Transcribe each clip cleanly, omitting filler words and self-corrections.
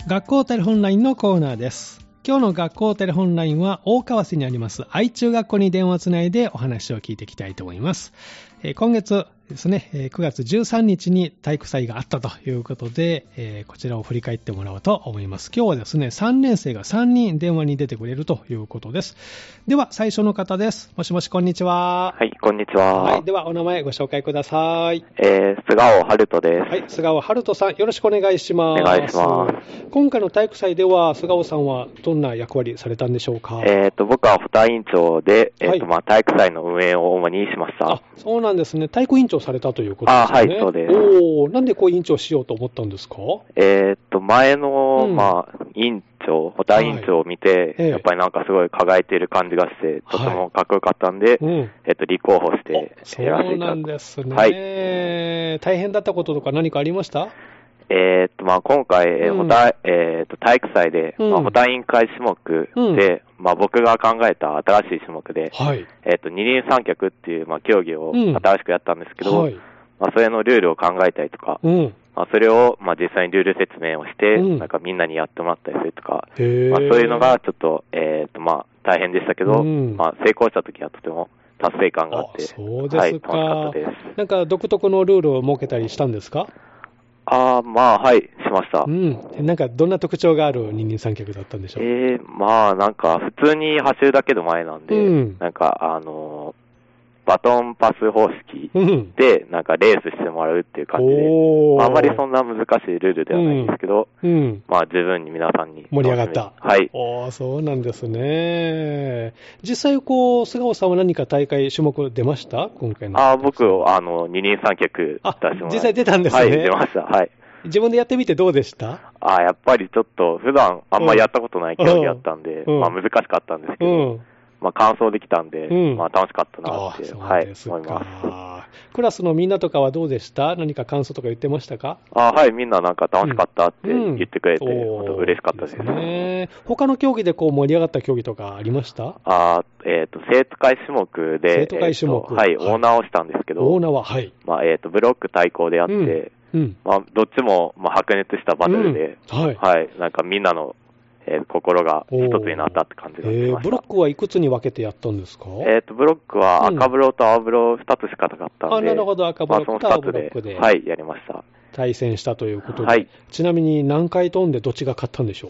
学校テレホンラインのコーナーです。今日の学校テレホンラインは大川瀬にあります愛中学校に電話をつないでお話を聞いていきたいと思います。今月ですね、9月13日に体育祭があったということで、こちらを振り返ってもらおうと思います。今日はですね、3年生が3人電話に出てくれるということです。では最初の方です。もしもし、こんにちは。 はい、こんにちは。 はい、ではお名前ご紹介ください。 菅尾春人です。 はい、菅尾春人さん、よろしくお願いします。 お願いします。 今回の体育祭では菅尾さんはどんな役割されたんでしょうか。 僕は補佐委員長で、 はい、 体育祭の運営を主にしました。 あ、そうなんですね。体育委員長されたということですね。 はい、そうです。 なんで委員長しようと思ったんですか。 前の、委員長、補佐委員長を見て、やっぱりなんかすごい輝いている感じがして、とてもかっこよかったんで、立候補してやらせていただく。 そうなんですね。 はい。 大変だったこととか何かありました？ 今回、体育祭で、補佐委員会種目で、僕が考えた新しい種目で、 はい、 二輪三脚っていう、競技を新しくやったんですけど、はい、それのルールを考えたりとか、それを、実際にルール説明をして、なんかみんなにやってもらったりするとか、そういうのがちょっと、大変でしたけど、成功したときはとても達成感があって、 そうですか。 はい、楽しかったです。 なんか独特のルールを設けたりしたんですか？ はい、しました。 なんかどんな特徴がある二人三脚だったんでしょう？ なんか普通に走るだけの前なんで、なんかバトンパス方式で、なんかレースしてもらうっていう感じで、あまりそんな難しいルールではないんですけど、十分に皆さんに盛り上がった。 はい。 そうなんですね。実際、菅尾さんは何か大会、種目出ました今回の。 僕、二輪三脚出してもらいました。 実際出たんですね。 はい、出ました。はい。 自分でやってみてどうでした？ やっぱりちょっと、普段あんまりやったことない競技だったんで、難しかったんですけど、完走できたんで、楽しかったなって、はい、思います。 クラスのみんなとかはどうでした？何か感想とか言ってましたか？ はい、みんななんか楽しかったって言ってくれて、本当嬉しかったですね。 他の競技で盛り上がった競技とかありました？ 生徒会種目で、 生徒会種目、 はい、オーナーをしたんですけど、 オーナーは、はい。 ブロック対抗であって、どっちも、白熱したバトルで、はい、なんかみんなの、心が一つになったって感じがしました。 ブロックはいくつに分けてやったんですか？ ブロックは赤ブロと青ブロ2つしかなかったんで、 なるほど、赤ブロックと青ブロックで、 はい、やりました。 対戦したということで、 はい、 ちなみに何回飛んでどっちが勝ったんでしょう？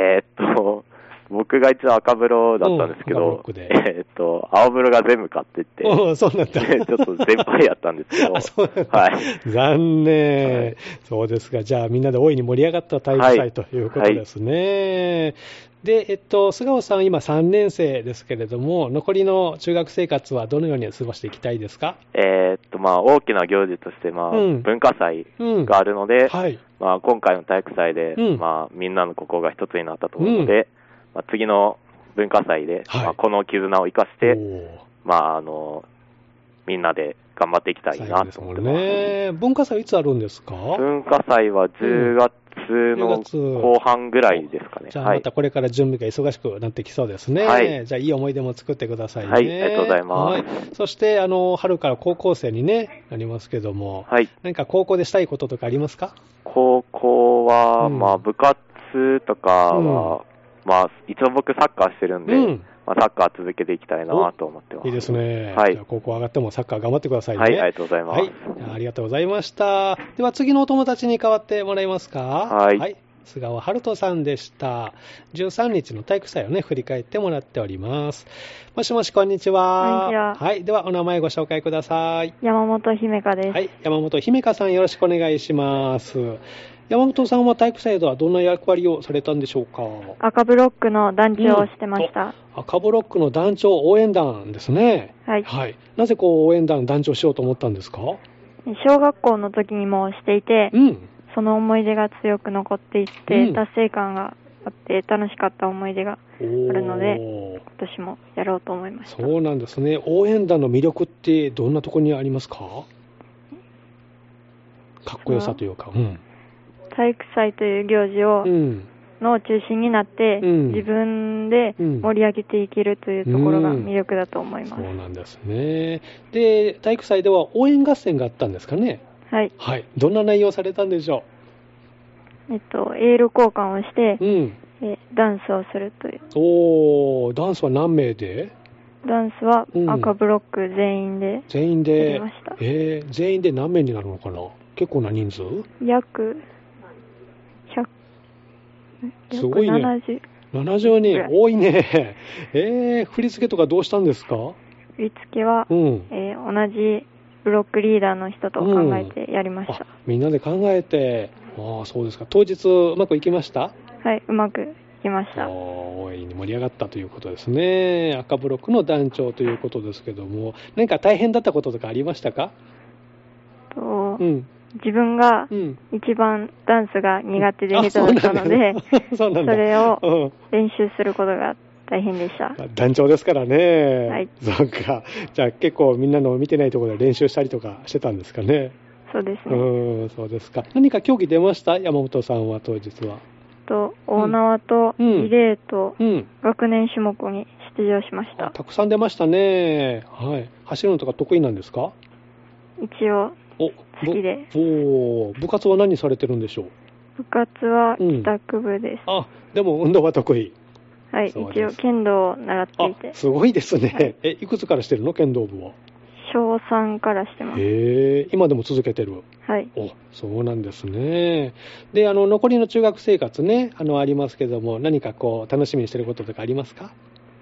僕が一応赤ブロだったんですけど、青ブロが全部勝ってって、 そうなんだ。 ちょっと全敗やったんですけど、はい、 残念、そうですが、じゃあみんなで大いに盛り上がった体育祭ということですね。で、菅尾さん、今3年生ですけれども、残りの中学生活はどのように過ごしていきたいですか？ 大きな行事として、文化祭があるので、今回の体育祭で、みんなの心が一つになったと思うので、次の文化祭で、この絆を生かして、みんなで頑張っていきたいなと思ってます。 文化祭いつあるんですか？ 文化祭は10月の後半ぐらいですかね。 じゃあまたこれから準備が忙しくなってきそうですね。じゃあいい思い出も作ってくださいね。 はい、ありがとうございます。 そして春から高校生になりますけども、何か高校でしたいこととかありますか？ 高校は、部活とかは、一応僕サッカーしてるんで、サッカー続けていきたいなと思ってます。 いいですね。 はい。 じゃあ高校上がってもサッカー頑張ってくださいね。 はい、ありがとうございます。 ありがとうございました。では次のお友達に代わってもらえますか？ はい。 菅尾春人さんでした。13日の体育祭を振り返ってもらっております。もしもし、こんにちは。 こんにちは。 はい。ではお名前ご紹介ください。 山本姫香です。 はい。山本姫香さん、よろしくお願いします。山本さんは体育祭ではどんな役割をされたんでしょうか？ 赤ブロックの団長をしてました。 赤ブロックの団長応援団ですね。 はい。 なぜ応援団団長しようと思ったんですか？ 小学校の時にもしていて、その思い出が強く残っていって、達成感があって楽しかった思い出があるので、今年もやろうと思いました。 そうなんですね。応援団の魅力ってどんなところにありますか？かっこよさというか。 体育祭という行事を、の中心になって、自分で盛り上げていけるというところが魅力だと思います。 そうなんですね。で、体育祭では応援合戦があったんですかね？ はい。 どんな内容されたんでしょエール交換をして、ダンスをするという。 おー、ダンスは何名で？ ダンスは赤ブロック全員でやりました。 全員で何名になるのかな？結構な人数？ 約すごいね。70人、多いね。振り付けとかどうしたんですか？ 振り付けは、同じブロックリーダーの人と考えてやりました。 みんなで考えて、そうですか。当日うまくいきました？ はい、うまくいきました。 大いに盛り上がったということですね。赤ブロックの団長ということですけども、何か大変だったこととかありましたか？ 自分が一番ダンスが苦手で下手だったので、それを練習することが大変でした。 団長ですからね。 はい。 そうか。じゃあ結構みんなの見てないところで練習したりとかしてたんですかね。 そうですね。 そうですか。何か競技出ました？山本さんは当日は。 大縄とリレーと学年種目に出場しました。 たくさん出ましたね。はい。走るのとか得意なんですか？ 一応好きで。 部活は何されてるんでしょう？ 部活は帰宅部です。 でも運動は得意。 はい、一応剣道を習っていて。 すごいですね。いくつからしてるの？剣道部は。 小3からしてます。 今でも続けてる？ はい。 そうなんですね。で、残りの中学生活ね、ありますけども、何かこう楽しみにしてることとかありますか？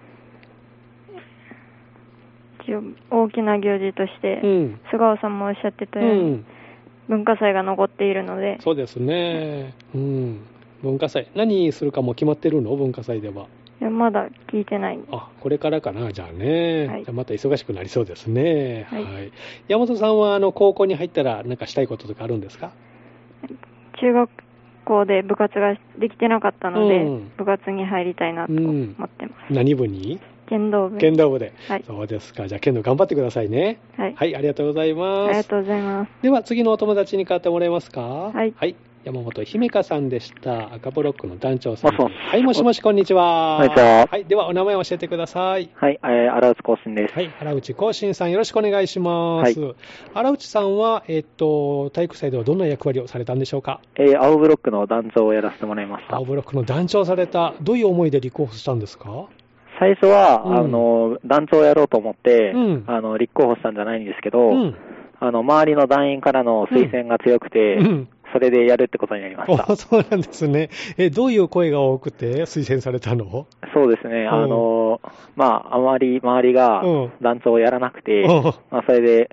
大きな行事として、菅生さんもおっしゃってたように、文化祭が残っているので。 そうですね。文化祭。何するかも決まってるの？文化祭では。 いや、まだ聞いてない。 これからかな、じゃあね。 はい、 じゃあまた忙しくなりそうですね。 はい。 山本さんは高校に入ったら何かしたいこととかあるんですか？ 中学校で部活ができてなかったので、部活に入りたいなと思ってます。 何部に？ 剣道部。 剣道部で。 はい。 そうですか。じゃあ剣道頑張ってくださいね。 はい。 はい、ありがとうございます。 ありがとうございます。 では次のお友達に代わってもらえますか？ はい。 はい。山本姫香さんでした。赤ブロックの団長さん。はい、もしもし、こんにちは。 こんにちは。 はい、ではお名前を教えてください。 はい、荒内光信です。 はい、荒内光信さん、よろしくお願いします。はい、荒内さんは、体育祭ではどんな役割をされたんでしょうか？ 青ブロックの団長をやらせてもらいました。 青ブロックの団長をされた。どういう思いで立候補したんですか？ 最初は、団長をやろうと思って、立候補したんじゃないんですけど、周りの団員からの推薦が強くて、それでやるってことになりました。 そうなんですね。どういう声が多くて推薦されたの？ そうですね。あまり周りが団長をやらなくて、それで、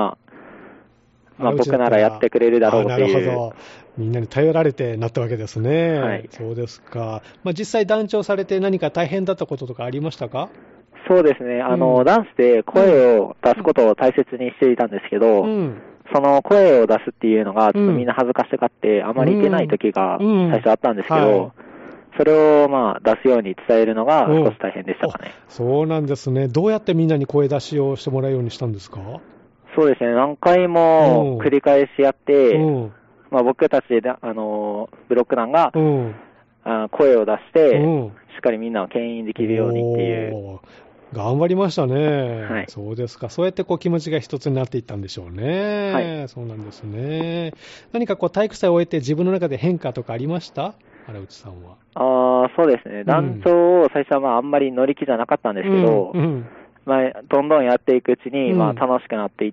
僕ならやってくれるだろうっていう。 なるほど。みんなに頼られてなったわけですね。 はい。 そうですか。実際団長されて何か大変だったこととかありましたか？ そうですね。ダンスで声を出すことを大切にしていたんですけど、その声を出すっていうのが、ちょっとみんな恥ずかしがって、あまりいけない時が最初あったんですけど、それを出すように伝えるのが少し大変でしたかね。 そうなんですね。どうやってみんなに声出しをしてもらうようにしたんですか？ そうですね。何回も繰り返しやって、僕たちで、ブロック団が、声を出して、しっかりみんなを牽引できるようにっていう。 頑張りましたね。 はい。 そうですか。そうやって気持ちが一つになっていったんでしょうね。 はい。 そうなんですね。何か体育祭を終えて自分の中で変化とかありました？荒内さんは。 そうですね。団長を最初はあんまり乗り気じゃなかったんですけど、どんどんやっていくうちに、楽しくなっていって、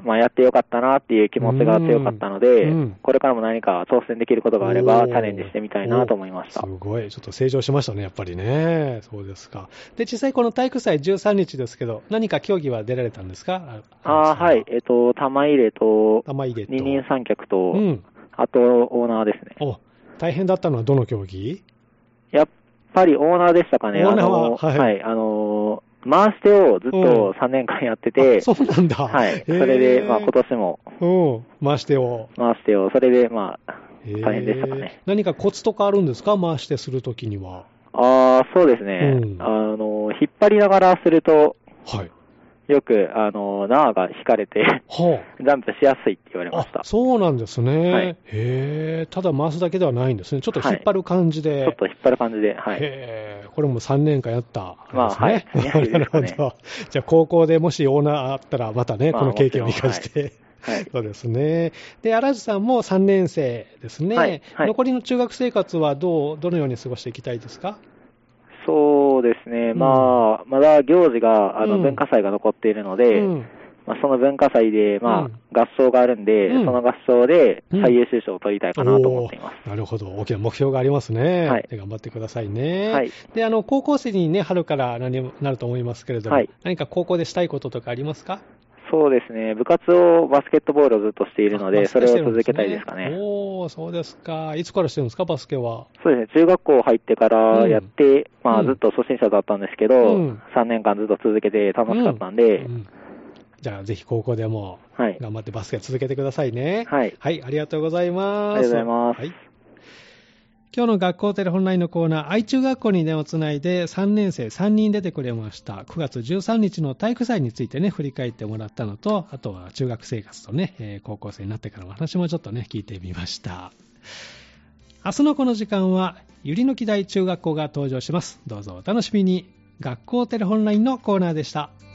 やってよかったなっていう気持ちが強かったので、これからも何か挑戦できることがあれば、チャレンジしてみたいなと思いました。 すごい。ちょっと成長しましたね、やっぱりね。そうですか。で、実際この体育祭13日ですけど、何か競技は出られたんですか？ はい。玉入れと、二人三脚と、あと、オーナーですね。 大変だったのはどの競技？ やっぱりオーナーでしたかね。 オーナーは、 はい。回し手をずっと3年間やってて、 そうなんだ。 はい。それで、今年も、 回し手を。 それで、大変でしたかね。 何かコツとかあるんですか？回し手するときには。 そうですね。引っ張りながらすると、はい。よく、縄が引かれて、ジャンプしやすいって言われました。 そうなんですね。 はい。 ただ回すだけではないんですね。ちょっと引っ張る感じで。 ちょっと引っ張る感じで、はい。 これも3年間やったんですね。 はい。 なるほど。じゃあ高校でもしオーナーあったら、またね、この経験を生かして。 はい、そうですね。で、荒地さんも3年生ですね。はいはい、残りの中学生活はどのように過ごしていきたいですか？ そうですね。まだ行事が、文化祭が残っているので、その文化祭で、合唱があるんで、その合唱で最優秀賞を取りたいかなと思っています。 なるほど。大きな目標がありますね。はい。で頑張ってくださいね。はい。で、高校生にね、春からなると思いますけれども、はい、何か高校でしたいこととかありますか？ そうですね。部活をバスケットボールをずっとしているので、それを続けたいですかね。 そうですか。いつからしてるんですか、バスケは。 そうですね。中学校入ってからやって、ずっと初心者だったんですけど、3年間ずっと続けて楽しかったんで、 じゃあぜひ高校でも頑張ってバスケ続けてくださいね。はい。はい、ありがとうございます。 ありがとうございます。はい。 今日の学校テレホンラインのコーナー、愛中学校に電話をつないで3年生3人出てくれました。9月13日の体育祭についてね、振り返ってもらったのと、あとは中学生活とね、高校生になってからの話もちょっとね、聞いてみました。明日のこの時間は、ゆりのき台中学校が登場します。どうぞお楽しみに。学校テレホンラインのコーナーでした。